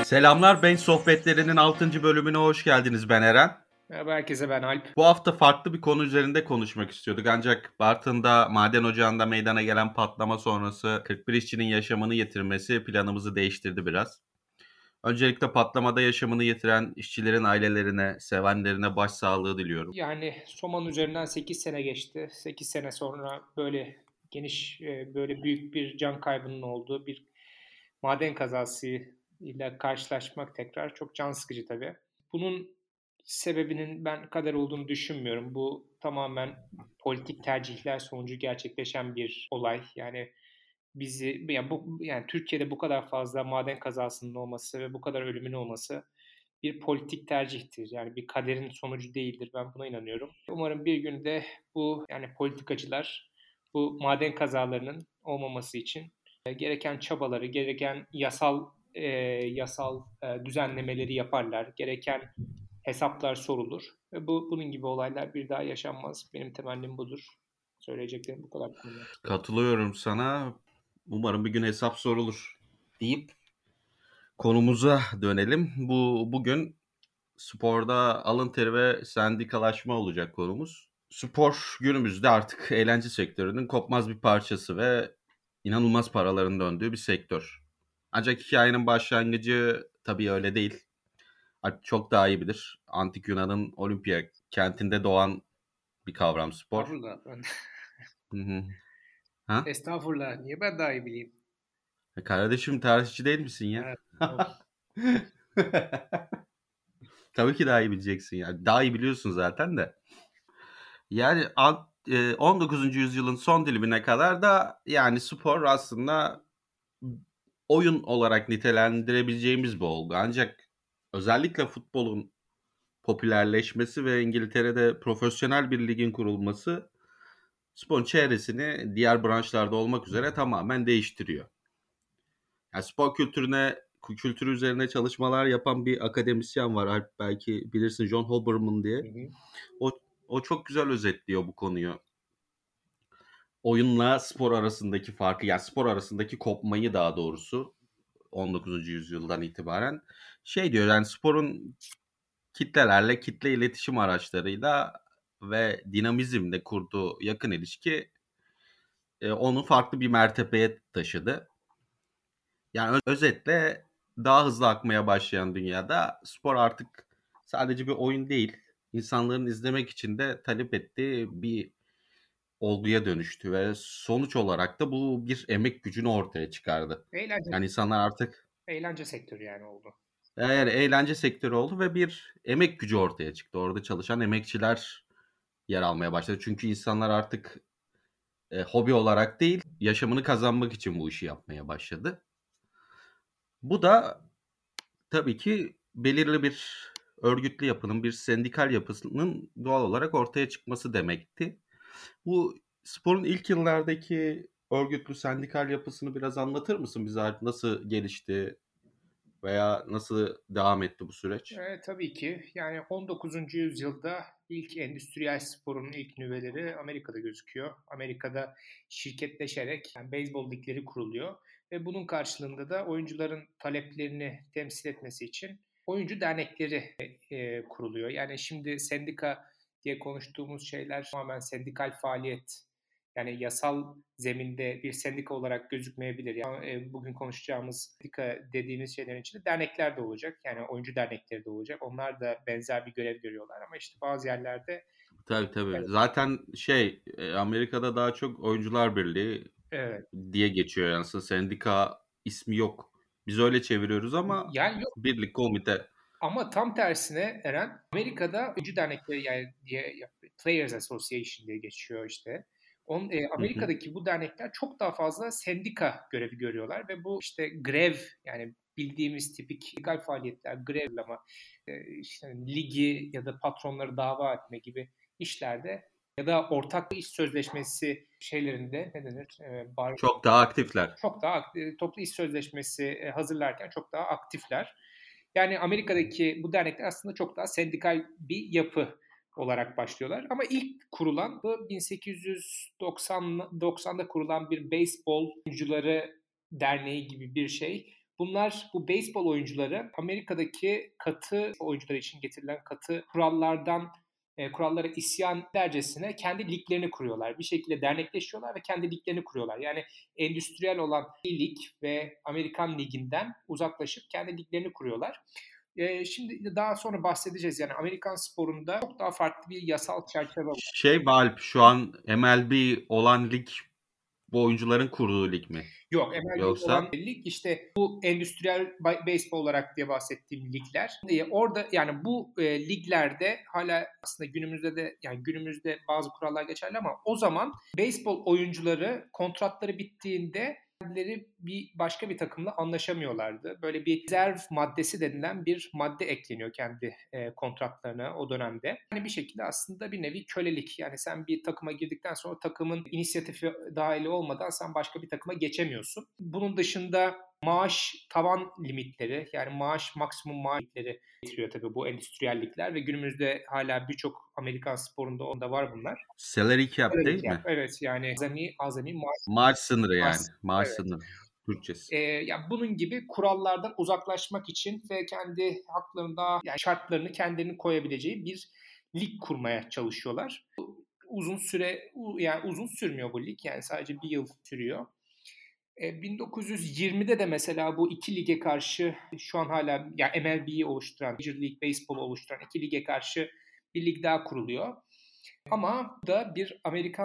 Selamlar, Bench Sohbetleri'nin 6. bölümüne hoş geldiniz. Ben Eren. Merhaba herkese, ben Alp. Bu hafta farklı bir konu üzerinde konuşmak istiyorduk. Ancak Bartın'da maden ocağında meydana gelen patlama sonrası 41 işçinin yaşamını yitirmesi planımızı değiştirdi biraz. Öncelikle patlamada yaşamını yitiren işçilerin ailelerine, sevenlerine başsağlığı diliyorum. Yani Soman üzerinden 8 sene geçti. 8 sene sonra böyle geniş, böyle büyük bir can kaybının olduğu bir maden kazası ile karşılaşmak tekrar çok can sıkıcı tabii. Bunun sebebinin ben kader olduğunu düşünmüyorum. Bu tamamen politik tercihler sonucu gerçekleşen bir olay. Yani yani Türkiye'de bu kadar fazla maden kazasının olması ve bu kadar ölümün olması bir politik tercihtir. Yani bir kaderin sonucu değildir. Ben buna inanıyorum. Umarım bir günde bu yani politikacılar bu maden kazalarının olmaması için gereken çabaları, gereken yasal düzenlemeleri yaparlar. Gereken hesaplar sorulur. Ve bunun gibi olaylar bir daha yaşanmaz. Benim temennim budur. Söyleyeceklerim bu kadar. Katılıyorum sana. Umarım bir gün hesap sorulur deyip konumuza dönelim. Bugün sporda alın teri ve sendikalaşma olacak konumuz. Spor günümüzde artık eğlence sektörünün kopmaz bir parçası ve inanılmaz paraların döndüğü bir sektör. Ancak hikayenin başlangıcı tabii öyle değil. Alp çok daha iyi bilir. Antik Yunan'ın Olimpiya kentinde doğan bir kavram spor. Estağfurullah. Hı hı. Ha? Estağfurullah. Niye ben daha iyi bileyim? Kardeşim tarihçi değil misin ya? Evet, tamam. Tabii ki daha iyi bileceksin ya. Daha iyi biliyorsun zaten de. Yani 19. yüzyılın son dilimine kadar da yani spor aslında oyun olarak nitelendirebileceğimiz bir olgu. Ancak özellikle futbolun popülerleşmesi ve İngiltere'de profesyonel bir ligin kurulması sporun çevresini diğer branşlarda olmak üzere tamamen değiştiriyor. Yani spor kültürü üzerine çalışmalar yapan bir akademisyen var. Alp belki bilirsin, John Hoberman Hı diye. hı. O çok güzel özetliyor bu konuyu. Oyunla spor arasındaki farkı, yani spor arasındaki kopmayı daha doğrusu 19. yüzyıldan itibaren şey diyor, yani sporun kitlelerle, kitle iletişim araçlarıyla ve dinamizmle kurduğu yakın ilişki onu farklı bir mertebeye taşıdı. Yani özetle daha hızlı akmaya başlayan dünyada spor artık sadece bir oyun değil, insanların izlemek için de talep ettiği bir olguya dönüştü ve sonuç olarak da bu bir emek gücünü ortaya çıkardı. Eğlence, Yani insanlar artık eğlence sektörü yani oldu. eğlence sektörü oldu ve bir emek gücü ortaya çıktı. Orada çalışan emekçiler yer almaya başladı. Çünkü insanlar artık hobi olarak değil, yaşamını kazanmak için bu işi yapmaya başladı. Bu da tabii ki belirli bir örgütlü yapının, bir sendikal yapısının doğal olarak ortaya çıkması demekti. Bu sporun ilk yıllardaki örgütlü sendikal yapısını biraz anlatır mısın bize Alp? Nasıl gelişti veya nasıl devam etti bu süreç? Tabii ki. Yani 19. yüzyılda ilk endüstriyel sporun ilk nüveleri Amerika'da gözüküyor. Amerika'da şirketleşerek yani beyzbol ligleri kuruluyor ve bunun karşılığında da oyuncuların taleplerini temsil etmesi için oyuncu dernekleri kuruluyor. Yani şimdi sendika diye konuştuğumuz şeyler tamamen sendikal faaliyet. Yani yasal zeminde bir sendika olarak gözükmeyebilir. Yani bugün konuşacağımız sendika dediğimiz şeylerin içinde dernekler de olacak. Yani oyuncu dernekleri de olacak. Onlar da benzer bir görev görüyorlar ama işte bazı yerlerde Tabii tabii. evet, Zaten Amerika'da daha çok Oyuncular Birliği evet. diye geçiyor. Yani aslında sendika ismi yok. Biz öyle çeviriyoruz ama Yani yok birlik, komite. ama tam tersine Eren Amerika'da oyuncu dernekleri yani diye Players Association diye geçiyor işte. Hı hı. Amerika'daki bu dernekler çok daha fazla sendika görevi görüyorlar ve bu işte grev yani bildiğimiz tipik legal faaliyetler, grevlama, işte ligi ya da patronları dava etme gibi işlerde ya da ortak iş sözleşmesi şeylerinde ne denir? Çok daha aktifler. Çok daha toplu iş sözleşmesi hazırlarken çok daha aktifler. Yani Amerika'daki bu dernekler aslında çok daha sendikal bir yapı olarak başlıyorlar. Ama ilk kurulan bu 1890'da kurulan bir beyzbol oyuncuları derneği gibi bir şey. Bunlar, bu beyzbol oyuncuları Amerika'daki katı oyuncular için getirilen katı kurallara isyan dercesine kendi liglerini kuruyorlar. Bir şekilde dernekleşiyorlar ve kendi liglerini kuruyorlar. Yani endüstriyel olan lig ve Amerikan liginden uzaklaşıp kendi liglerini kuruyorlar. Şimdi daha sonra bahsedeceğiz. Yani Amerikan sporunda çok daha farklı bir yasal çerçeve var. Alp, şu an MLB olan lig bu oyuncuların kurduğu lig mi? Yok, MLB olan Yoksa lig işte bu endüstriyel beyzbol olarak diye bahsettiğim ligler. Orada yani bu liglerde hala aslında günümüzde bazı kurallar geçerli ama o zaman beyzbol oyuncuları kontratları bittiğinde kendileri başka bir takımla anlaşamıyorlardı. Böyle bir rezerv maddesi denilen bir madde ekleniyor kendi kontratlarına o dönemde. Yani bir şekilde aslında bir nevi kölelik. Yani sen bir takıma girdikten sonra takımın inisiyatifi dahili olmadan sen başka bir takıma geçemiyorsun. Bunun dışında maaş tavan limitleri, yani maksimum maaş limitleri getiriyor tabii bu endüstriyellikler ve günümüzde hala birçok Amerikan sporunda onda var bunlar. salary cap Evet, değil mi? evet, yani azami maaş. Maaş sınırı yani. Maaş Evet. sınırı. Türkçesi. Yani bunun gibi kurallardan uzaklaşmak için ve kendi haklarını yani şartlarını kendilerinin koyabileceği bir lig kurmaya çalışıyorlar. Yani uzun sürmüyor bu lig, yani sadece bir yıl sürüyor. 1920'de de mesela bu iki lige karşı şu an hala yani MLB'yi oluşturan, Major League Baseball'u oluşturan iki lige karşı bir lig daha kuruluyor. Ama da bir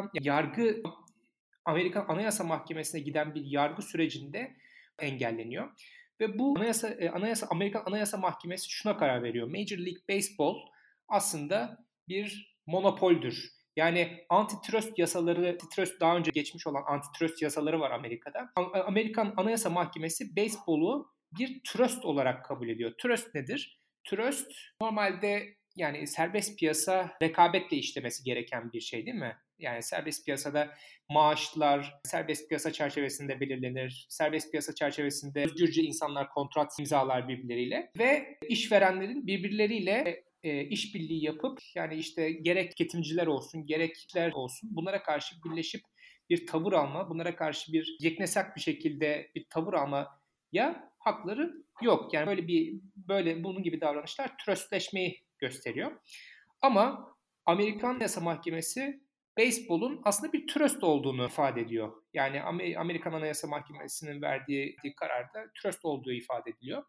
Amerikan Anayasa Mahkemesi'ne giden bir yargı sürecinde engelleniyor. Ve bu Amerikan Anayasa Mahkemesi şuna karar veriyor. Major League Baseball aslında bir monopoldür. Yani antitrust daha önce geçmiş olan antitrust yasaları var Amerika'da. Amerikan Anayasa Mahkemesi beyzbolu bir trust olarak kabul ediyor. Trust nedir? Trust normalde yani serbest piyasa rekabetle işlemesi gereken bir şey, değil mi? Yani serbest piyasada maaşlar serbest piyasa çerçevesinde belirlenir. Serbest piyasa çerçevesinde özgürce insanlar kontrat imzalar birbirleriyle ve işverenlerin birbirleriyle işbirliği yapıp yani işte gerek tüketimciler olsun gerek işçiler olsun bunlara karşı birleşip bir tavır alma, bunlara karşı bir yeknesak bir şekilde bir tavır almaya hakları yok. Yani böyle bunun gibi davranışlar tröstleşmeyi gösteriyor. Ama Amerikan Anayasa Mahkemesi beyzbolun aslında bir trust olduğunu ifade ediyor. Yani Amerikan Anayasa Mahkemesi'nin verdiği kararda trust olduğu ifade ediliyor.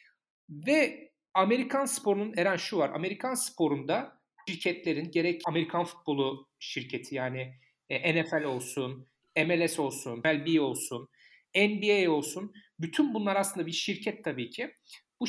Ve Amerikan sporunun şu var. Amerikan sporunda şirketlerin gerek Amerikan futbolu şirketi yani NFL olsun, MLS olsun, MLB olsun, NBA olsun. Bütün bunlar aslında bir şirket tabii ki. Bu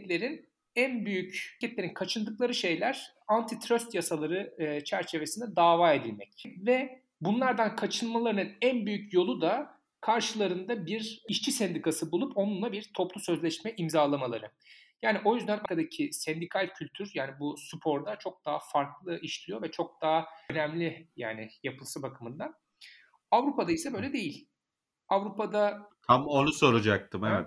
şirketlerin kaçındıkları şeyler antitrust yasaları çerçevesinde dava edilmek. Ve bunlardan kaçınmalarının en büyük yolu da karşılarında bir işçi sendikası bulup onunla bir toplu sözleşme imzalamaları. Yani o yüzden Amerika'daki sendikal kültür yani bu sporda çok daha farklı işliyor ve çok daha önemli yani yapısı bakımından. Avrupa'da ise böyle değil. Avrupa'da Tam onu soracaktım, ha, evet.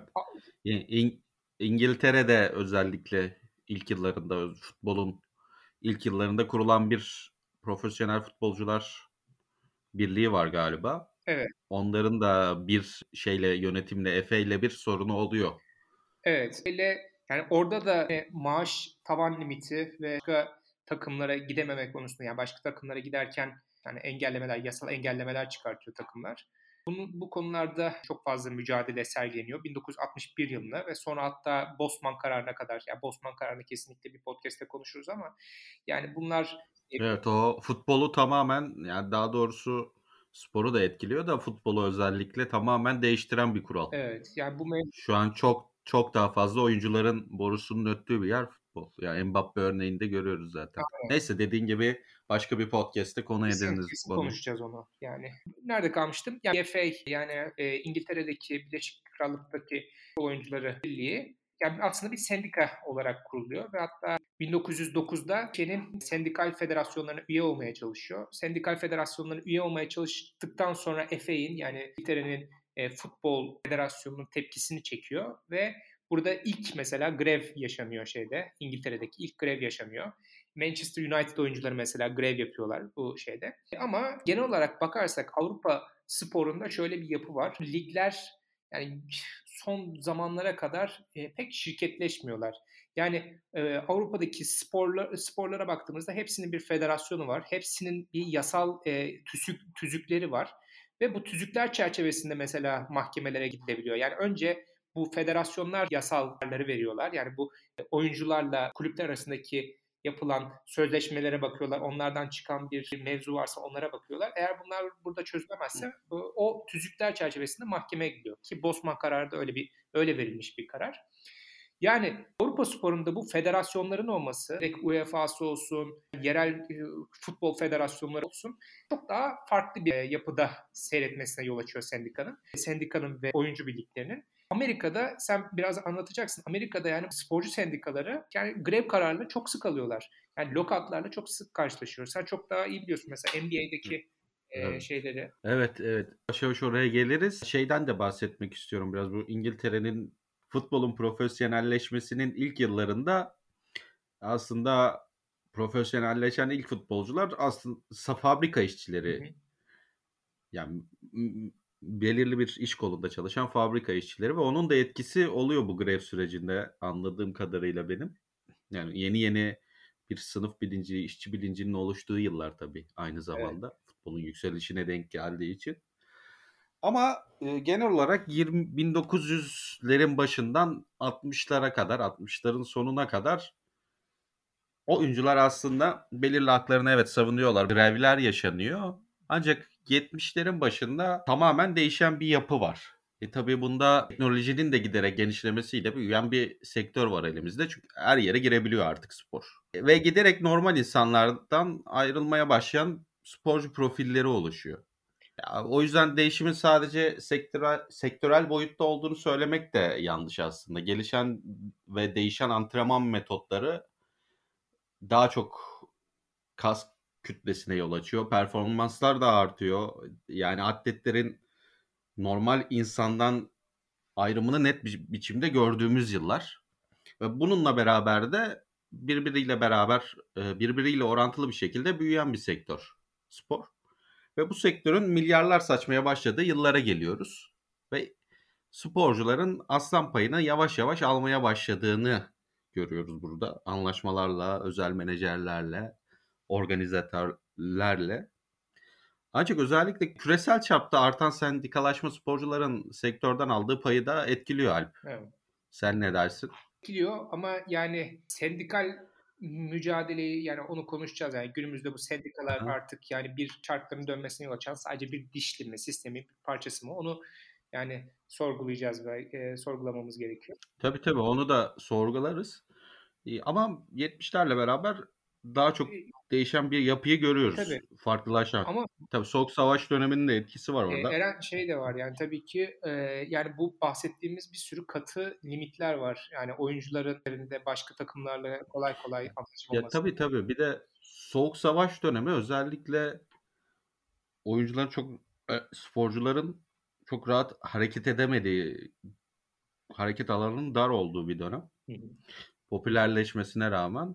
İngiltere'de özellikle ilk yıllarında futbolun ilk yıllarında kurulan bir profesyonel futbolcular birliği var galiba. evet, Onların da bir yönetimle Efe ile bir sorunu oluyor. evet. Yani orada da maaş tavan limiti ve başka takımlara gidememek konusunda yani başka takımlara giderken yani yasal engellemeler çıkartıyor takımlar. Bu konularda çok fazla mücadele sergileniyor 1961 yılında ve sonra hatta Bosman kararına kadar, yani Bosman kararını kesinlikle bir podcast'te konuşuruz ama yani bunlar Evet, o futbolu tamamen yani daha doğrusu sporu da etkiliyor da futbolu özellikle tamamen değiştiren bir kural. evet yani Şu an çok daha fazla oyuncuların borusunun öttüğü bir yer futbol. Yani Mbappe örneğinde görüyoruz zaten. Neyse, dediğin gibi başka bir podcast'te konu ederiz bu kesin konuyu. konuşacağız onu. Yani nerede kalmıştım? Yani FA yani İngiltere'deki Birleşik Krallık'taki oyuncuları birliği yani aslında bir sendika olarak kuruluyor ve hatta 1909'da ülkenin sendikal federasyonlarına üye olmaya çalışıyor. Sendikal federasyonlarına üye olmaya çalıştıktan sonra FA'in yani İngiltere'nin futbol federasyonunun tepkisini çekiyor ve burada ilk mesela grev yaşanıyor İngiltere'deki ilk grev yaşanıyor. Manchester United oyuncuları mesela grev yapıyorlar bu şeyde. Ama genel olarak bakarsak Avrupa sporunda şöyle bir yapı var. Ligler yani son zamanlara kadar pek şirketleşmiyorlar. Yani Avrupa'daki sporlara baktığımızda hepsinin bir federasyonu var. Hepsinin bir yasal tüzükleri var. Ve bu tüzükler çerçevesinde mesela mahkemelere gidilebiliyor. Yani önce bu federasyonlar yasal kararları veriyorlar. Yani bu oyuncularla kulüpler arasındaki yapılan sözleşmelere bakıyorlar. Onlardan çıkan bir mevzu varsa onlara bakıyorlar. Eğer bunlar burada çözülemezse o tüzükler çerçevesinde mahkemeye gidiyor. Ki Bosman kararı da öyle verilmiş bir karar. Yani Avrupa sporunda bu federasyonların olması, gerek UEFA'sı olsun, yerel futbol federasyonları olsun, çok daha farklı bir yapıda seyretmesine yol açıyor sendikanın. Sendikanın ve oyuncu birliklerinin. Amerika'da sen biraz anlatacaksın. Amerika'da yani sporcu sendikaları yani grev kararlarını çok sık alıyorlar. Yani lockoutlarla çok sık karşılaşıyoruz. Sen çok daha iyi biliyorsun mesela NBA'deki Evet. şeyleri. Evet, evet. Yavaş yavaş oraya geliriz. Şeyden de bahsetmek istiyorum biraz. Bu İngiltere'nin futbolun profesyonelleşmesinin ilk yıllarında aslında profesyonelleşen ilk futbolcular aslında fabrika Hı işçileri. hı. Yani belirli bir iş kolunda çalışan fabrika işçileri ve onun da etkisi oluyor bu grev sürecinde anladığım kadarıyla benim. Yani yeni yeni bir sınıf bilinci, işçi bilincinin oluştuğu yıllar tabii aynı Evet. zamanda futbolun yükselişine denk geldiği için. Ama genel olarak 1900'lerin başından 60'lara kadar, 60'ların sonuna kadar oyuncular aslında belirli haklarını evet savunuyorlar. Grevler yaşanıyor. Ancak 70'lerin başında tamamen değişen bir yapı var. Tabii bunda teknolojinin de giderek genişlemesiyle büyüyen bir sektör var elimizde. Çünkü her yere girebiliyor artık spor. Ve giderek normal insanlardan ayrılmaya başlayan sporcu profilleri oluşuyor. Ya, o yüzden değişimin sadece sektörel boyutta olduğunu söylemek de yanlış aslında. Gelişen ve değişen antrenman metotları daha çok kas kütlesine yol açıyor. Performanslar da artıyor. Yani atletlerin normal insandan ayrımını net bir biçimde gördüğümüz yıllar. Ve bununla beraber de birbiriyle orantılı bir şekilde büyüyen bir sektör spor. Ve bu sektörün milyarlar saçmaya başladığı yıllara geliyoruz. Ve sporcuların aslan payını yavaş yavaş almaya başladığını görüyoruz burada. Anlaşmalarla, özel menajerlerle, organizatörlerle. Ancak özellikle küresel çapta artan sendikalaşma sporcuların sektörden aldığı payı da etkiliyor Alp. Evet. Sen ne dersin? Etkiliyor ama yani sendikal mücadeleyi yani onu konuşacağız. Yani günümüzde bu sendikalar Aha. artık yani bir çarkların dönmesine yol açan sadece bir dişli mi, sistemin bir parçası mı? Onu yani sorgulayacağız ve sorgulamamız gerekiyor. Tabii tabii onu da sorgularız. Ama 70'lerle beraber daha çok E, değişen bir yapıyı görüyoruz. tabii Farklılaşan. ama Tabii Soğuk Savaş döneminin de etkisi var orada. Eren şey de var yani tabii ki yani bu bahsettiğimiz bir sürü katı limitler var. Yani oyuncuların elinde başka takımlarla kolay kolay Ya anlaşamaması. tabii tabii. Bir de Soğuk Savaş dönemi özellikle oyuncuların sporcuların çok rahat hareket edemediği, hareket alanının dar olduğu bir dönem. Hı hı. Popülerleşmesine rağmen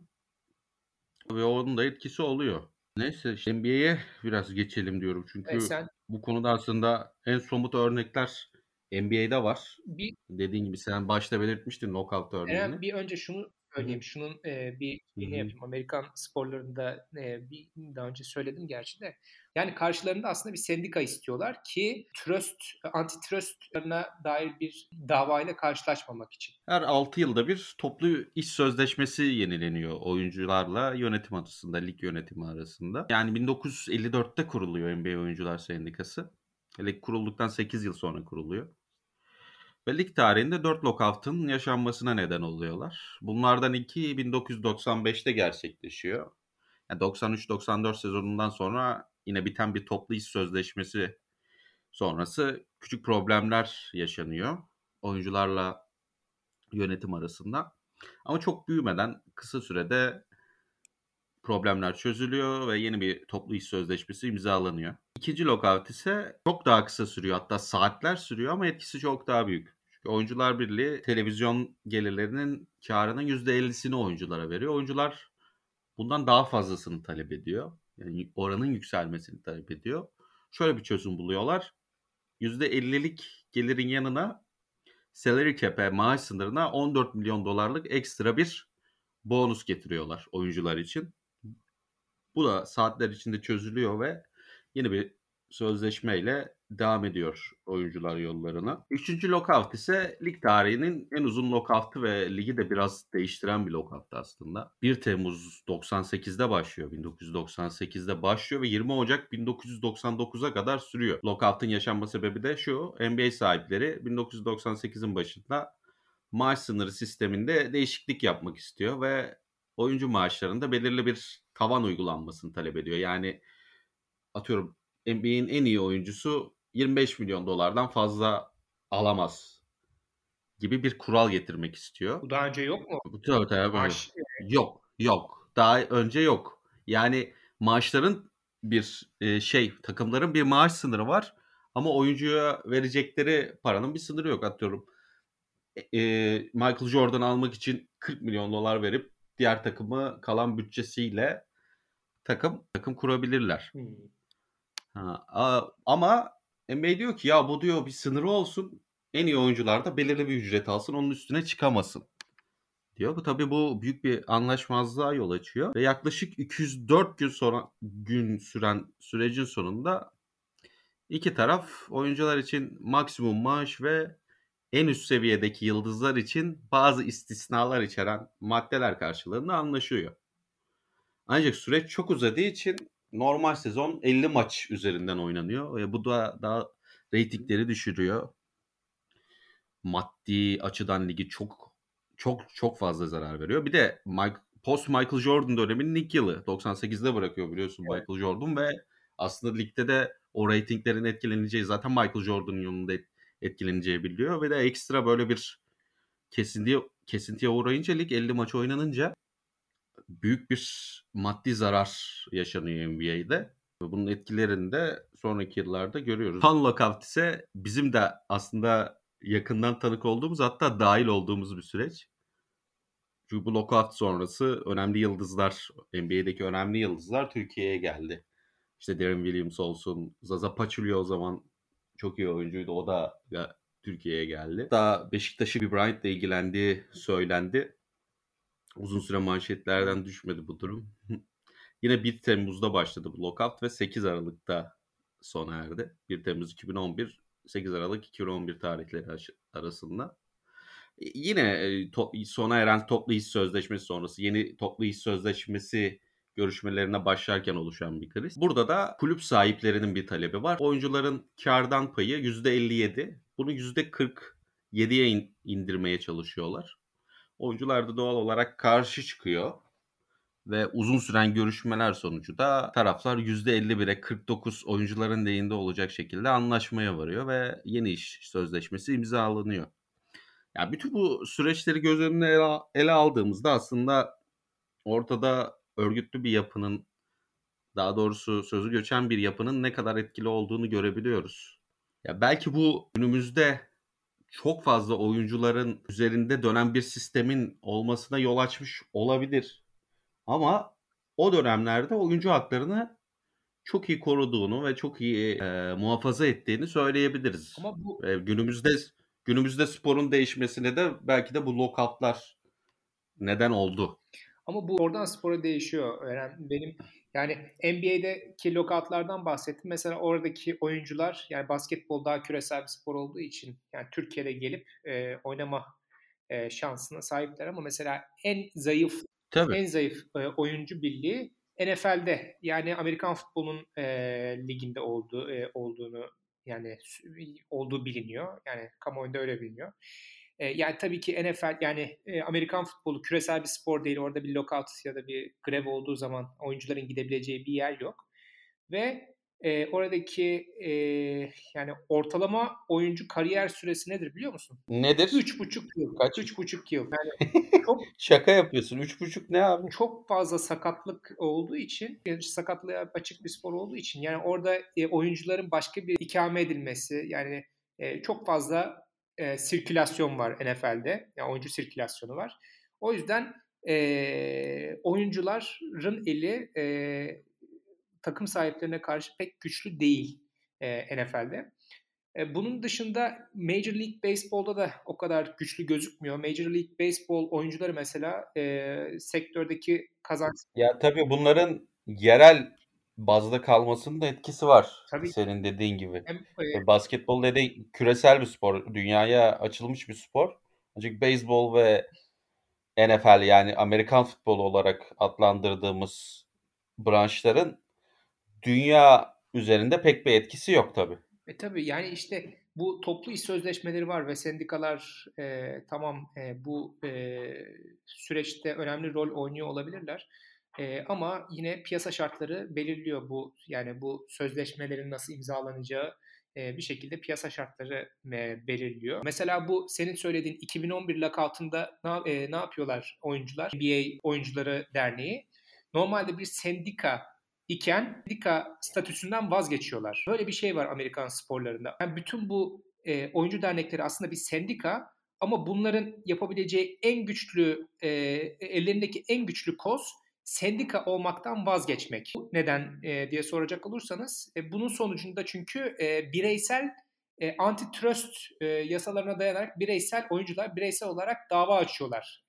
ve onun da etkisi oluyor. Neyse işte NBA'ye biraz geçelim diyorum. Çünkü Sen bu konuda aslında en somut örnekler NBA'de var. bir Dediğin gibi sen başta belirtmiştin knockout örneğini. Eren bir önce şunu Hı hı. söyleyeyim. Şunun bir Hı şeyini hı. yapayım. Amerikan sporlarında bir daha önce söyledim gerçi de. Yani karşılarında aslında bir sendika istiyorlar ki antitrustlarına dair bir davayla karşılaşmamak için. Her 6 yılda bir toplu iş sözleşmesi yenileniyor oyuncularla yönetim arasında, lig yönetimi arasında. Yani 1954'te kuruluyor NBA Oyuncular Sendikası. Lig kurulduktan 8 yıl sonra kuruluyor. Ve lig tarihinde 4 lockout'un yaşanmasına neden oluyorlar. Bunlardan ilki 1995'te gerçekleşiyor. Yani 93-94 sezonundan sonra yine biten bir toplu iş sözleşmesi sonrası küçük problemler yaşanıyor oyuncularla yönetim arasında. Ama çok büyümeden kısa sürede problemler çözülüyor ve yeni bir toplu iş sözleşmesi imzalanıyor. İkinci lockout ise çok daha kısa sürüyor. Hatta saatler sürüyor ama etkisi çok daha büyük. Çünkü Oyuncular Birliği televizyon gelirlerinin karının %50'sini oyunculara veriyor. Oyuncular bundan daha fazlasını talep ediyor. Yani oranın yükselmesini talep ediyor. Şöyle bir çözüm buluyorlar. %50'lik gelirin yanına salary cap'e, maaş sınırına 14 milyon dolarlık ekstra bir bonus getiriyorlar oyuncular için. Bu da saatler içinde çözülüyor ve yeni bir sözleşmeyle devam ediyor oyuncular yollarına. Üçüncü lockout ise lig tarihinin en uzun lockout'u ve ligi de biraz değiştiren bir lockout'tu aslında. 1 Temmuz 98'de başlıyor, 1998'de başlıyor ve 20 Ocak 1999'a kadar sürüyor. Lockout'un yaşanma sebebi de şu: NBA sahipleri 1998'in başında maaş sınırı sisteminde değişiklik yapmak istiyor ve oyuncu maaşlarında belirli bir tavan uygulanmasını talep ediyor. Yani atıyorum, NBA'in en iyi oyuncusu 25 milyon dolardan fazla alamaz gibi bir kural getirmek istiyor. Bu daha önce yok mu? Bu tabii böyle. Maaş Yok, yok. Daha önce yok. Yani maaşların takımların bir maaş sınırı var ama oyuncuya verecekleri paranın bir sınırı yok. Atıyorum, Michael Jordan almak için 40 milyon dolar verip diğer takımı kalan bütçesiyle takım kurabilirler. Ama NBA diyor ki ya bu diyor bir sınırı olsun. En iyi oyuncular da belirli bir ücret alsın. Onun üstüne çıkamasın diyor. Bu büyük bir anlaşmazlığa yol açıyor ve yaklaşık 204 gün süren sürecin sonunda iki taraf oyuncular için maksimum maaş ve en üst seviyedeki yıldızlar için bazı istisnalar içeren maddeler karşılığında anlaşıyor. Ancak süreç çok uzadığı için normal sezon 50 maç üzerinden oynanıyor ve bu da daha reytingleri düşürüyor. Maddi açıdan ligi çok fazla zarar veriyor. Bir de post Michael Jordan döneminin ilk yılı 98'de bırakıyor biliyorsun Evet. Michael Jordan ve aslında ligde de o reytinglerin etkileneceği, zaten Michael Jordan'ın yolunda etkileneceği biliyor ve de ekstra böyle bir kesintiye uğrayınca, lig 50 maç oynanınca büyük bir maddi zarar yaşanıyor NBA'de. Bunun etkilerini de sonraki yıllarda görüyoruz. Son lockout ise bizim de aslında yakından tanık olduğumuz, hatta dahil olduğumuz bir süreç. Çünkü bu lockout sonrası NBA'deki önemli yıldızlar Türkiye'ye geldi. İşte Deron Williams olsun, Zaza Pachulia o zaman çok iyi oyuncuydu. O da Türkiye'ye geldi. Daha Beşiktaş'ın bir Bryant'la ilgilendiği söylendi. Uzun süre manşetlerden düşmedi bu durum. Yine 1 Temmuz'da başladı bu lockout ve 8 Aralık'ta sona erdi. 1 Temmuz 2011, 8 Aralık 2011 tarihleri arasında. Yine sona eren toplu iş sözleşmesi sonrası yeni toplu iş sözleşmesi görüşmelerine başlarken oluşan bir kriz. Burada da kulüp sahiplerinin bir talebi var. Oyuncuların kardan payı %57. Bunu %47'ye indirmeye çalışıyorlar. Oyuncular da doğal olarak karşı çıkıyor. Ve uzun süren görüşmeler sonucu da taraflar %51'e 49 oyuncuların lehinde olacak şekilde anlaşmaya varıyor ve yeni iş sözleşmesi imzalanıyor. Yani bütün bu süreçleri göz önüne ele aldığımızda aslında ortada örgütlü bir yapının, daha doğrusu sözü geçen bir yapının ne kadar etkili olduğunu görebiliyoruz. Ya belki bu günümüzde çok fazla oyuncuların üzerinde dönen bir sistemin olmasına yol açmış olabilir. Ama o dönemlerde oyuncu haklarını çok iyi koruduğunu ve çok iyi muhafaza ettiğini söyleyebiliriz. ama bu Ve günümüzde sporun değişmesine de belki de bu lockout'lar neden oldu. Ama bu oradan spora değişiyor. Benim yani NBA'deki lockoutlardan bahsettim. Mesela oradaki oyuncular, yani basketbol daha küresel bir spor olduğu için yani Türkiye'de gelip oynama şansına sahipler ama mesela Tabii. en zayıf oyuncu birliği NFL'de, yani Amerikan futbolunun liginde olduğunu, yani olduğu biliniyor. Yani kamuoyunda öyle biliniyor. Yani tabii ki NFL, yani Amerikan futbolu küresel bir spor değil. Orada bir lockout ya da bir grev olduğu zaman oyuncuların gidebileceği bir yer yok. Ve oradaki yani ortalama oyuncu kariyer süresi nedir biliyor musun? Nedir? 3,5 yıl. Kaç? 3,5 yıl. Yani çok Şaka yapıyorsun. 3,5 ne abi? çok fazla sakatlık olduğu için, sakatlığa açık bir spor olduğu için, yani orada oyuncuların başka bir ikame edilmesi, yani çok fazla sirkülasyon var NFL'de. Yani oyuncu sirkülasyonu var. O yüzden oyuncuların eli takım sahiplerine karşı pek güçlü değil NFL'de. Bunun dışında Major League Baseball'da da o kadar güçlü gözükmüyor. Major League Baseball oyuncuları mesela sektördeki kazanç Ya tabii bunların yerel bazda kalmasının da etkisi var. tabii Senin dediğin gibi. hem Basketbol dediğin küresel bir spor. Dünyaya açılmış bir spor. Ancak beyzbol ve NFL yani Amerikan futbolu olarak adlandırdığımız branşların dünya üzerinde pek bir etkisi yok tabii. tabii yani işte bu toplu iş sözleşmeleri var ve sendikalar tamam bu süreçte önemli rol oynuyor olabilirler. Ama yine piyasa şartları belirliyor bu yani bu sözleşmelerin nasıl imzalanacağı bir şekilde piyasa şartları belirliyor. Mesela bu senin söylediğin 2011 lockout'unda ne yapıyorlar oyuncular? NBA Oyuncuları Derneği. Normalde bir sendika iken sendika statüsünden vazgeçiyorlar. Böyle bir şey var Amerikan sporlarında. Yani bütün bu oyuncu dernekleri aslında bir sendika ama bunların yapabileceği en güçlü, ellerindeki en güçlü koz sendika olmaktan vazgeçmek. Bu neden diye soracak olursanız bunun sonucunda çünkü bireysel antitrust yasalarına dayanarak bireysel oyuncular bireysel olarak dava açıyorlar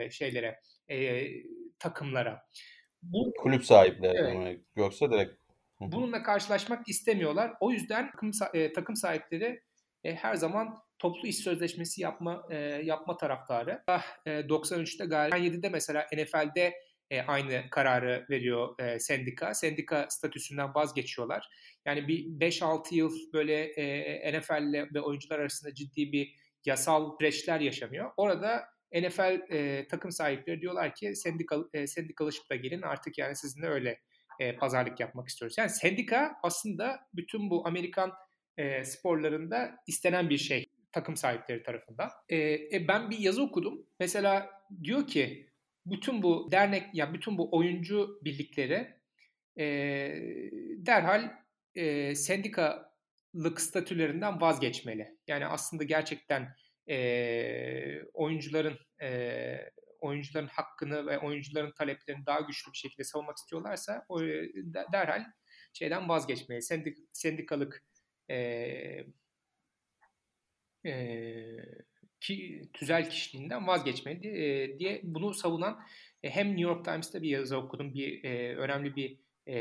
takımlara. Bu Kulüp sahipleri evet. mi? Yoksa direkt. Hı hı. Bununla karşılaşmak istemiyorlar. O yüzden takım sahipleri her zaman toplu iş sözleşmesi yapma taraftarı. 93'te galiba 97'de mesela NFL'de aynı kararı veriyor sendika. Sendika statüsünden vazgeçiyorlar. Yani bir 5-6 yıl böyle NFL ve oyuncular arasında ciddi bir yasal süreçler yaşanıyor. Orada NFL takım sahipleri diyorlar ki sendikalaşıp da gelin artık yani sizinle öyle pazarlık yapmak istiyoruz. Yani sendika aslında bütün bu Amerikan sporlarında istenen bir şey takım sahipleri tarafından. Ben bir yazı okudum. Mesela diyor ki bütün bu dernek ya bütün bu oyuncu birlikleri e, derhal sendikalık statülerinden vazgeçmeli. Yani aslında gerçekten oyuncuların oyuncuların hakkını ve oyuncuların taleplerini daha güçlü bir şekilde savunmak istiyorlarsa derhal şeyden vazgeçmeli. Sendikalık e, tüzel kişiliğinden vazgeçmeli diye bunu savunan hem New York Times'ta bir yazı okudum. Önemli bir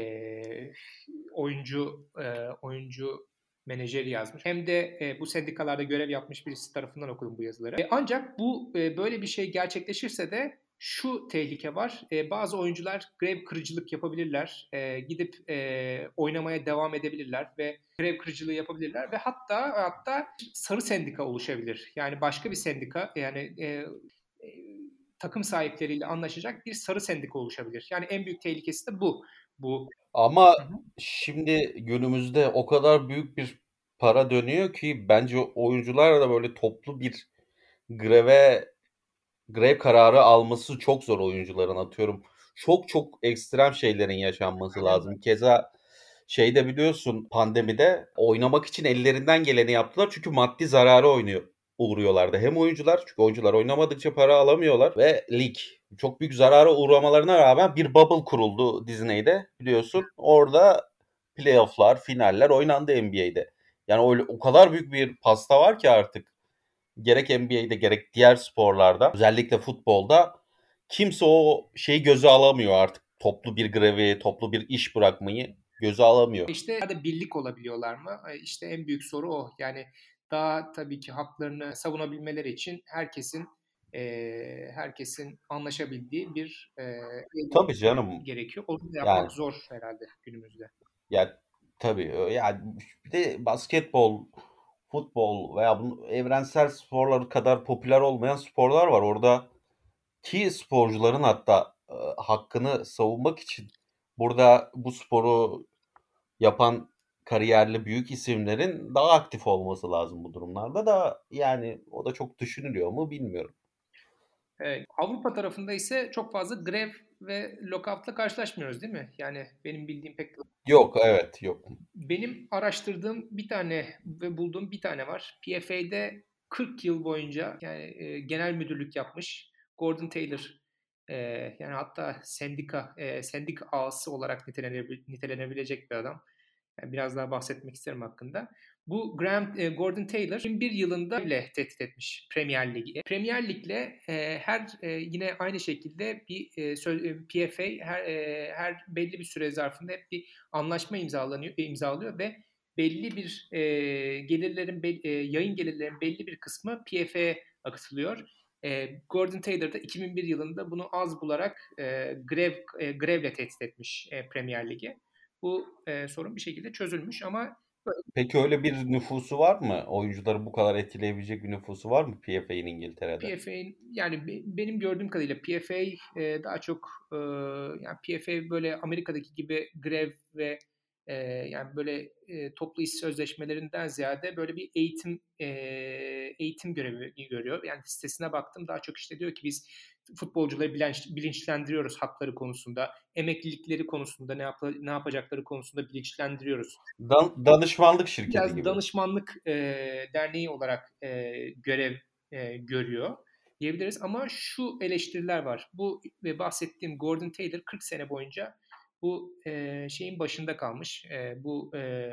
oyuncu menajeri yazmış. Hem de bu sendikalarda görev yapmış birisi tarafından okudum bu yazıları. Ancak bu böyle bir şey gerçekleşirse de şu tehlike var. Bazı oyuncular grev kırıcılık yapabilirler. Gidip oynamaya devam edebilirler ve grev kırıcılığı yapabilirler ve hatta sarı sendika oluşabilir. Yani başka bir sendika yani takım sahipleriyle anlaşacak bir sarı sendika oluşabilir. Yani en büyük tehlikesi de bu. Bu. Ama Hı hı. şimdi günümüzde o kadar büyük bir para dönüyor ki bence oyuncular da böyle toplu bir greve grev kararı alması çok zor oyuncuların atıyorum. Çok çok ekstrem şeylerin yaşanması Aynen. lazım. Keza şeyde biliyorsun pandemide oynamak için ellerinden geleni yaptılar. Çünkü maddi zarara uğruyorlardı. Hem oyuncular çünkü oyuncular oynamadıkça para alamıyorlar ve lig çok büyük zarara uğramalarına rağmen bir bubble kuruldu Disney'de biliyorsun. Orada playoff'lar, finaller oynandı NBA'de. Yani öyle o kadar büyük bir pasta var ki artık gerek NBA'de gerek diğer sporlarda özellikle futbolda kimse o şeyi göze alamıyor artık. Toplu bir grevi, toplu bir iş bırakmayı göze alamıyor. İşte hadi birlik olabiliyorlar mı? İşte en büyük soru o. Yani daha tabii ki haklarını savunabilmeleri için herkesin anlaşabildiği bir Tabii canım. gerekiyor. Onu da Yani yapmak zor herhalde günümüzde. ya tabii yani bir de basketbol, futbol veya bunun evrensel sporları kadar popüler olmayan sporlar var. Orada ki sporcuların hatta hakkını savunmak için burada bu sporu yapan kariyerli büyük isimlerin daha aktif olması lazım bu durumlarda da yani o da çok düşünülüyor mu bilmiyorum. Avrupa tarafında ise çok fazla grev ve lockout'la karşılaşmıyoruz değil mi? Yani benim bildiğim pek Yok, evet, yok. benim araştırdığım bir tane ve bulduğum bir tane var. PFA'de 40 yıl boyunca yani genel müdürlük yapmış Gordon Taylor. E, Yani hatta sendik ağası olarak nitelenebilecek bir adam. Yani biraz daha bahsetmek isterim hakkında. Bu Gordon Taylor 2001 yılında ile tehdit etmiş Premier Lig'i. Premier Lig'le yine aynı şekilde bir PFA her belli bir süre zarfında hep bir anlaşma imzalıyor ve belli bir yayın gelirlerin belli bir kısmı PFA'ye akıtılıyor. Gordon Taylor da 2001 yılında bunu az bularak grevle tehdit etmiş Premier Lig'i. Bu sorun bir şekilde çözülmüş ama Peki öyle bir nüfusu var mı? Oyuncuları bu kadar etkileyebilecek bir nüfusu var mı PFA'nin İngiltere'de? PFA'nin yani benim gördüğüm kadarıyla PFA daha çok yani PFA böyle Amerika'daki gibi grev ve yani böyle toplu iş sözleşmelerinden ziyade böyle bir eğitim görevi görüyor. Yani sitesine baktım daha çok işte diyor ki biz futbolcuları bilinçlendiriyoruz hakları konusunda, emeklilikleri konusunda ne yapacakları konusunda bilinçlendiriyoruz. Danışmanlık şirketi Biraz gibi. danışmanlık derneği olarak görev görüyor diyebiliriz. Ama şu eleştiriler var. Bu bahsettiğim Gordon Taylor 40 sene boyunca bu şeyin başında kalmış. Bu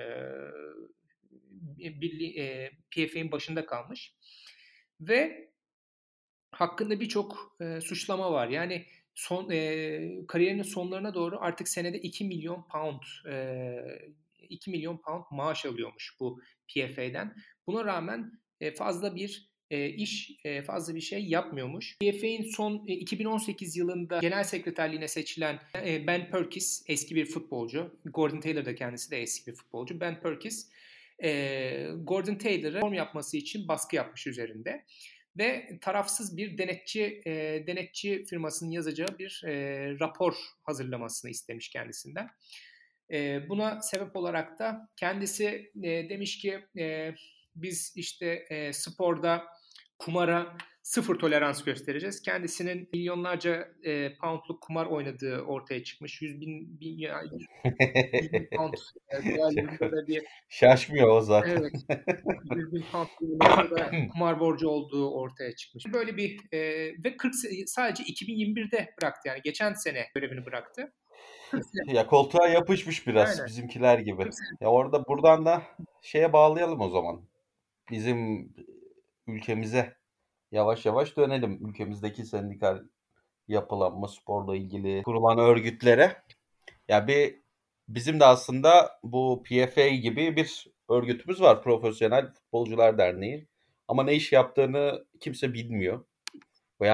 PFA'nin başında kalmış. Ve hakkında birçok suçlama var. Yani kariyerinin sonlarına doğru artık senede 2 milyon pound 2 milyon pound maaş alıyormuş bu PFA'den. Buna rağmen fazla bir şey yapmıyormuş. PFA'nin son 2018 yılında genel sekreterliğine seçilen Ben Perkis eski bir futbolcu. Gordon Taylor da kendisi de eski bir futbolcu. Ben Perkis Gordon Taylor'a reform yapması için baskı yapmış üzerinde ve tarafsız bir denetçi firmasının yazacağı bir rapor hazırlamasını istemiş kendisinden. Buna sebep olarak da kendisi demiş ki biz işte sporda kumara sıfır tolerans göstereceğiz. Kendisinin milyonlarca poundluk kumar oynadığı ortaya çıkmış. 100 bin pound değerlerinde de bir Şaşmıyor o zaten. evet 100 bin pound değerlerinde de kumar borcu olduğu ortaya çıkmış. Böyle bir ve sadece 2021'de bıraktı yani geçen sene görevini bıraktı. 40 sene. Ya koltuğa yapışmış biraz Aynen. bizimkiler gibi. 40 sene. Ya orada buradan da şeye bağlayalım o zaman. Bizim ülkemize yavaş yavaş dönelim. Ülkemizdeki sendikal yapılanma, sporla ilgili kurulan örgütlere. Ya bizim de aslında bu PFA gibi bir örgütümüz var. Profesyonel Futbolcular Derneği. Ama ne iş yaptığını kimse bilmiyor. Veya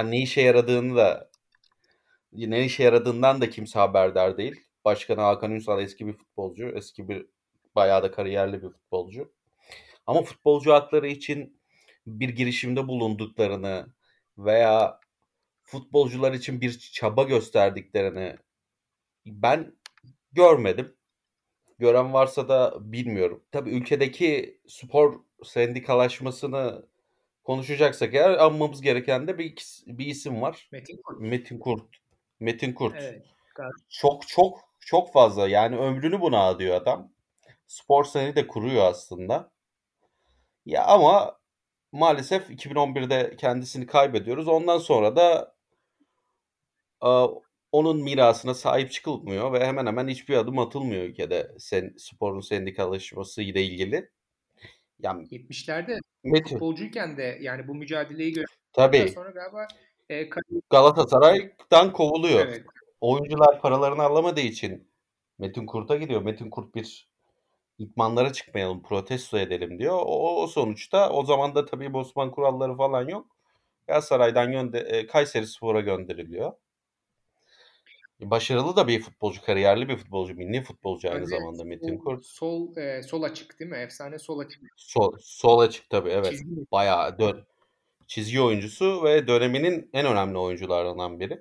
ne işe yaradığından da kimse haberdar değil. Başkanı Hakan Ünsal eski bir futbolcu. Bayağı da kariyerli bir futbolcu. Ama futbolcu hakları için bir girişimde bulunduklarını veya futbolcular için bir çaba gösterdiklerini ben görmedim. Gören varsa da bilmiyorum. Tabii ülkedeki spor sendikalaşmasını konuşacaksak eğer anmamız gereken de bir isim var. Metin Kurt. Metin Kurt. Metin Kurt. Evet. Çok çok çok fazla yani ömrünü buna adıyor adam. Spor Sen'i de kuruyor aslında. Ya ama maalesef 2011'de kendisini kaybediyoruz. Ondan sonra da a, onun mirasına sahip çıkılmıyor ve hemen hemen hiçbir adım atılmıyor ülkede sporun sendikalaşması ile ilgili. Yani 70'lerde Metin futbolcuyken de yani bu mücadeleyi gördükten tabii sonra galiba Galatasaray'dan kovuluyor. evet. Oyuncular paralarını alamadığı için Metin Kurt'a gidiyor. Metin Kurt bir idmanlara çıkmayalım, protesto edelim diyor. O sonuçta o zaman da tabii Bosman kuralları falan yok. Galatasaray'dan Kayserispor'a gönderiliyor. Başarılı da bir futbolcu, kariyerli bir futbolcu, milli futbolcu aynı Bence zamanda Metin Kurt. sol açık değil mi? Efsane sol açık. Sol açık tabii evet. Çizgi. Bayağı çizgi oyuncusu ve döneminin en önemli oyuncularından biri.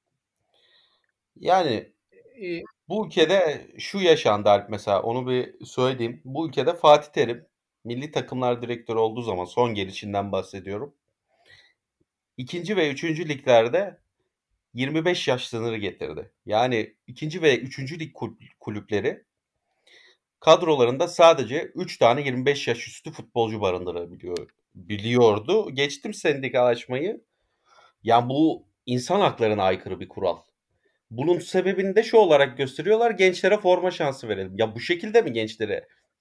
Yani E, bu ülkede şu yaşandı Alp mesela onu bir söyleyeyim. Bu ülkede Fatih Terim milli takımlar direktörü olduğu zaman son gelişinden bahsediyorum. İkinci ve üçüncü liglerde 25 yaş sınırı getirdi. Yani ikinci ve üçüncü lig kulüpleri kadrolarında sadece 3 tane 25 yaş üstü futbolcu biliyordu. Geçtim sendikalaşmayı. Yani bu insan haklarına aykırı bir kural. Bunun sebebini de şu olarak gösteriyorlar. Gençlere forma şansı verelim. Ya bu şekilde mi gençlere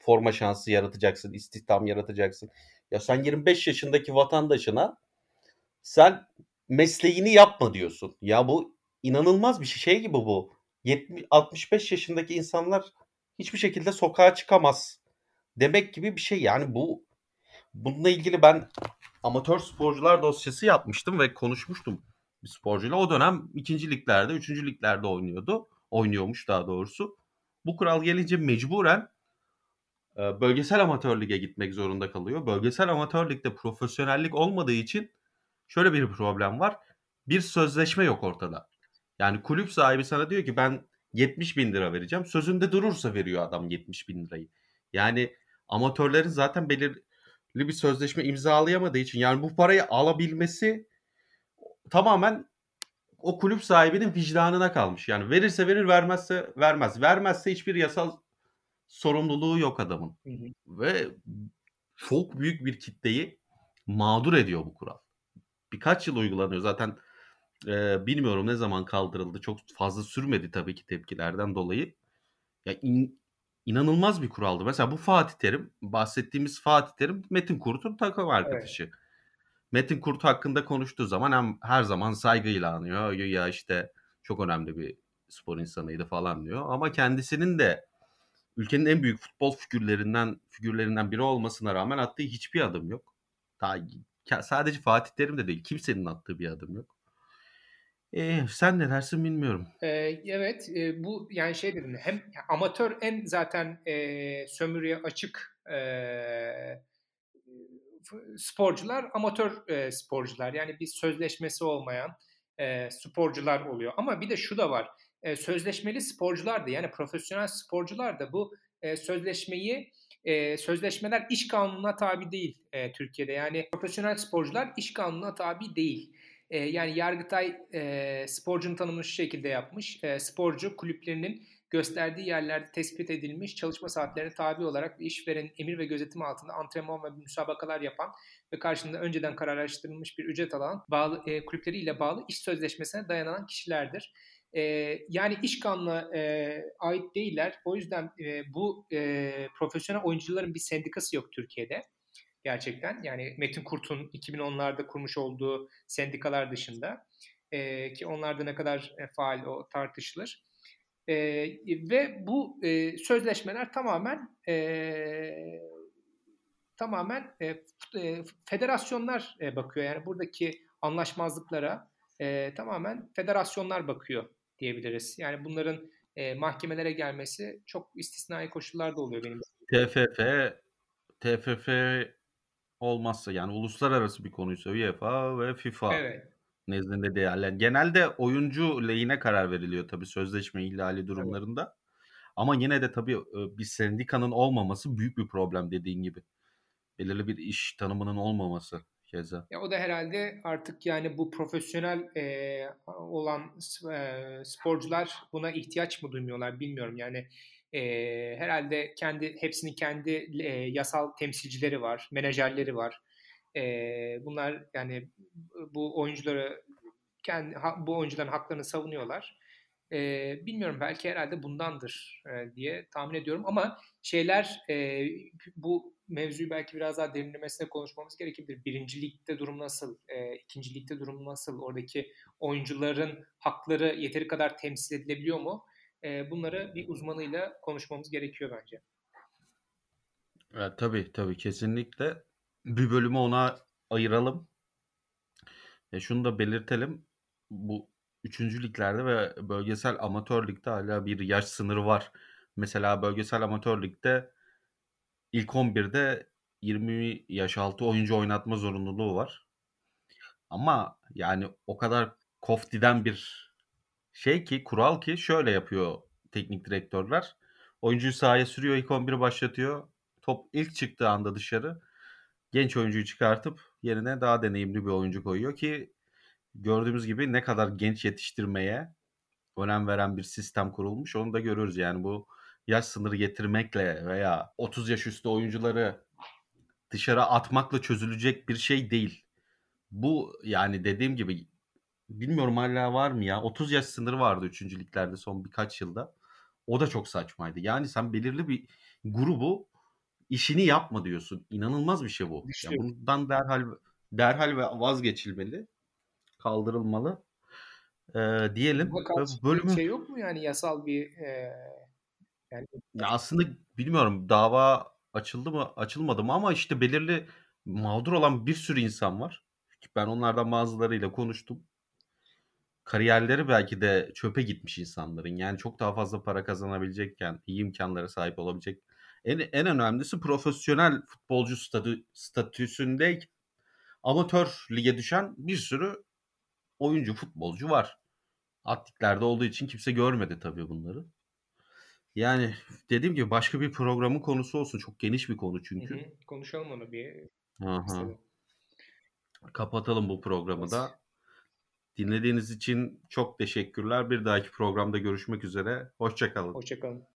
forma şansı yaratacaksın, istihdam yaratacaksın. Ya sen 25 yaşındaki vatandaşına sen mesleğini yapma diyorsun. Ya bu inanılmaz bir şey gibi bu. 65 yaşındaki insanlar hiçbir şekilde sokağa çıkamaz demek gibi bir şey. Yani bununla ilgili ben amatör sporcular dosyası yapmıştım ve konuşmuştum bir sporcuyla. O dönem ikinci liglerde, üçüncü liglerde oynuyordu. Oynuyormuş daha doğrusu. Bu kural gelince mecburen bölgesel amatör lige gitmek zorunda kalıyor. Bölgesel amatör ligde profesyonellik olmadığı için şöyle bir problem var. Bir sözleşme yok ortada. Yani kulüp sahibi sana diyor ki ben 70 bin lira vereceğim. Sözünde durursa veriyor adam 70 bin lirayı. Yani amatörlerin zaten belirli bir sözleşme imzalayamadığı için yani bu parayı alabilmesi tamamen o kulüp sahibinin vicdanına kalmış. Yani verirse verir, vermezse vermez. Vermezse hiçbir yasal sorumluluğu yok adamın. Hı hı. Ve çok büyük bir kitleyi mağdur ediyor bu kural. Birkaç yıl uygulanıyor. Zaten bilmiyorum ne zaman kaldırıldı. Çok fazla sürmedi tabii ki tepkilerden dolayı. Ya inanılmaz bir kuraldı. Mesela bu Fatih Terim, bahsettiğimiz Fatih Terim Metin Kurt'un takım Evet. arkadaşı. Metin Kurt hakkında konuştuğu zaman her zaman saygıyla anıyor. Ya işte çok önemli bir spor insanıydı falan diyor. Ama kendisinin de ülkenin en büyük futbol figürlerinden biri olmasına rağmen attığı hiçbir adım yok. Ta, sadece Fatih Terim de değil, kimsenin attığı bir adım yok. Sen ne dersin bilmiyorum. Evet, bu yani şey dedim hem amatör en zaten sömürüye açık sporcular amatör sporcular yani bir sözleşmesi olmayan sporcular oluyor. Ama bir de şu da var. Sözleşmeli sporcular da yani profesyonel sporcular da bu sözleşmeyi sözleşmeler iş kanununa tabi değil Türkiye'de. Yani profesyonel sporcular iş kanununa tabi değil. Yani Yargıtay sporcunun tanımını şu şekilde yapmış. Sporcu kulüplerinin gösterdiği yerlerde tespit edilmiş çalışma saatlerine tabi olarak işverenin emir ve gözetimi altında antrenman ve müsabakalar yapan ve karşılığında önceden kararlaştırılmış bir ücret alan kulüpleriyle bağlı iş sözleşmesine dayanan kişilerdir. Yani iş kanununa ait değiller. O yüzden bu profesyonel oyuncuların bir sendikası yok Türkiye'de gerçekten. Yani Metin Kurt'un 2010'larda kurmuş olduğu sendikalar dışında ki onlar da ne kadar faal o tartışılır. E, Ve bu sözleşmeler tamamen federasyonlar bakıyor. Yani buradaki anlaşmazlıklara tamamen federasyonlar bakıyor diyebiliriz. Yani bunların mahkemelere gelmesi çok istisnai koşullarda oluyor benim. TFF, TFF olmazsa yani uluslararası bir konuysa UEFA ve FIFA Evet, nezdinde genelde oyuncu lehine karar veriliyor tabii sözleşme ihlali tabii. durumlarında. Ama yine de tabii bir sendikanın olmaması büyük bir problem dediğin gibi. Belirli bir iş tanımının olmaması keza. Ya o da herhalde artık yani bu profesyonel olan sporcular buna ihtiyaç mı duymuyorlar bilmiyorum. Yani herhalde hepsinin kendi yasal temsilcileri var, menajerleri var. Bunlar yani bu oyuncuları bu oyuncuların haklarını savunuyorlar. Bilmiyorum belki herhalde bundandır diye tahmin ediyorum ama bu mevzuyu belki biraz daha derinlemesine konuşmamız gerekebilir. Birinci ligde durum nasıl? İkinci ligde durum nasıl? Oradaki oyuncuların hakları yeteri kadar temsil edilebiliyor mu? Bunları bir uzmanıyla konuşmamız gerekiyor bence. Evet, tabii kesinlikle. Bir bölümü ona ayıralım. Şunu da belirtelim. Bu üçüncü liglerde ve bölgesel amatör ligde hala bir yaş sınırı var. Mesela bölgesel amatör ligde ilk 11'de 20 yaş altı oyuncu oynatma zorunluluğu var. Ama yani o kadar koftiden bir kural ki şöyle yapıyor teknik direktörler. Oyuncuyu sahaya sürüyor, ilk 11'i başlatıyor. Top ilk çıktığı anda dışarı genç oyuncuyu çıkartıp yerine daha deneyimli bir oyuncu koyuyor ki gördüğümüz gibi ne kadar genç yetiştirmeye önem veren bir sistem kurulmuş. Onu da görüyoruz yani bu yaş sınırı getirmekle veya 30 yaş üstü oyuncuları dışarı atmakla çözülecek bir şey değil. Bu yani dediğim gibi bilmiyorum hala var mı ya? 30 yaş sınırı vardı 3. liglerde son birkaç yılda. O da çok saçmaydı. Yani sen belirli bir grubu işini yapma diyorsun. İnanılmaz bir şey bu. Ya Dışlıyorsun. bundan derhal ve vazgeçilmeli, kaldırılmalı. Diyelim Buna ve karşı bu bir bölümü şey yok mu yani yasal bir yani ya aslında bilmiyorum dava açıldı mı açılmadı mı ama işte belirli mağdur olan bir sürü insan var. Ben onlardan bazılarıyla konuştum. Kariyerleri belki de çöpe gitmiş insanların. Yani çok daha fazla para kazanabilecekken, iyi imkânlara sahip olabilecek. En önemlisi profesyonel futbolcu statüsündeyken amatör lige düşen bir sürü oyuncu, futbolcu var. Alt liglerde olduğu için kimse görmedi tabii bunları. Yani dediğim gibi başka bir programın konusu olsun. Çok geniş bir konu hı hı, çünkü. konuşalım onu bir Hı hı. istedim. Kapatalım bu programı Evet. da. Dinlediğiniz için çok teşekkürler. Bir dahaki programda görüşmek üzere. Hoşça kalın. Hoşça kalın.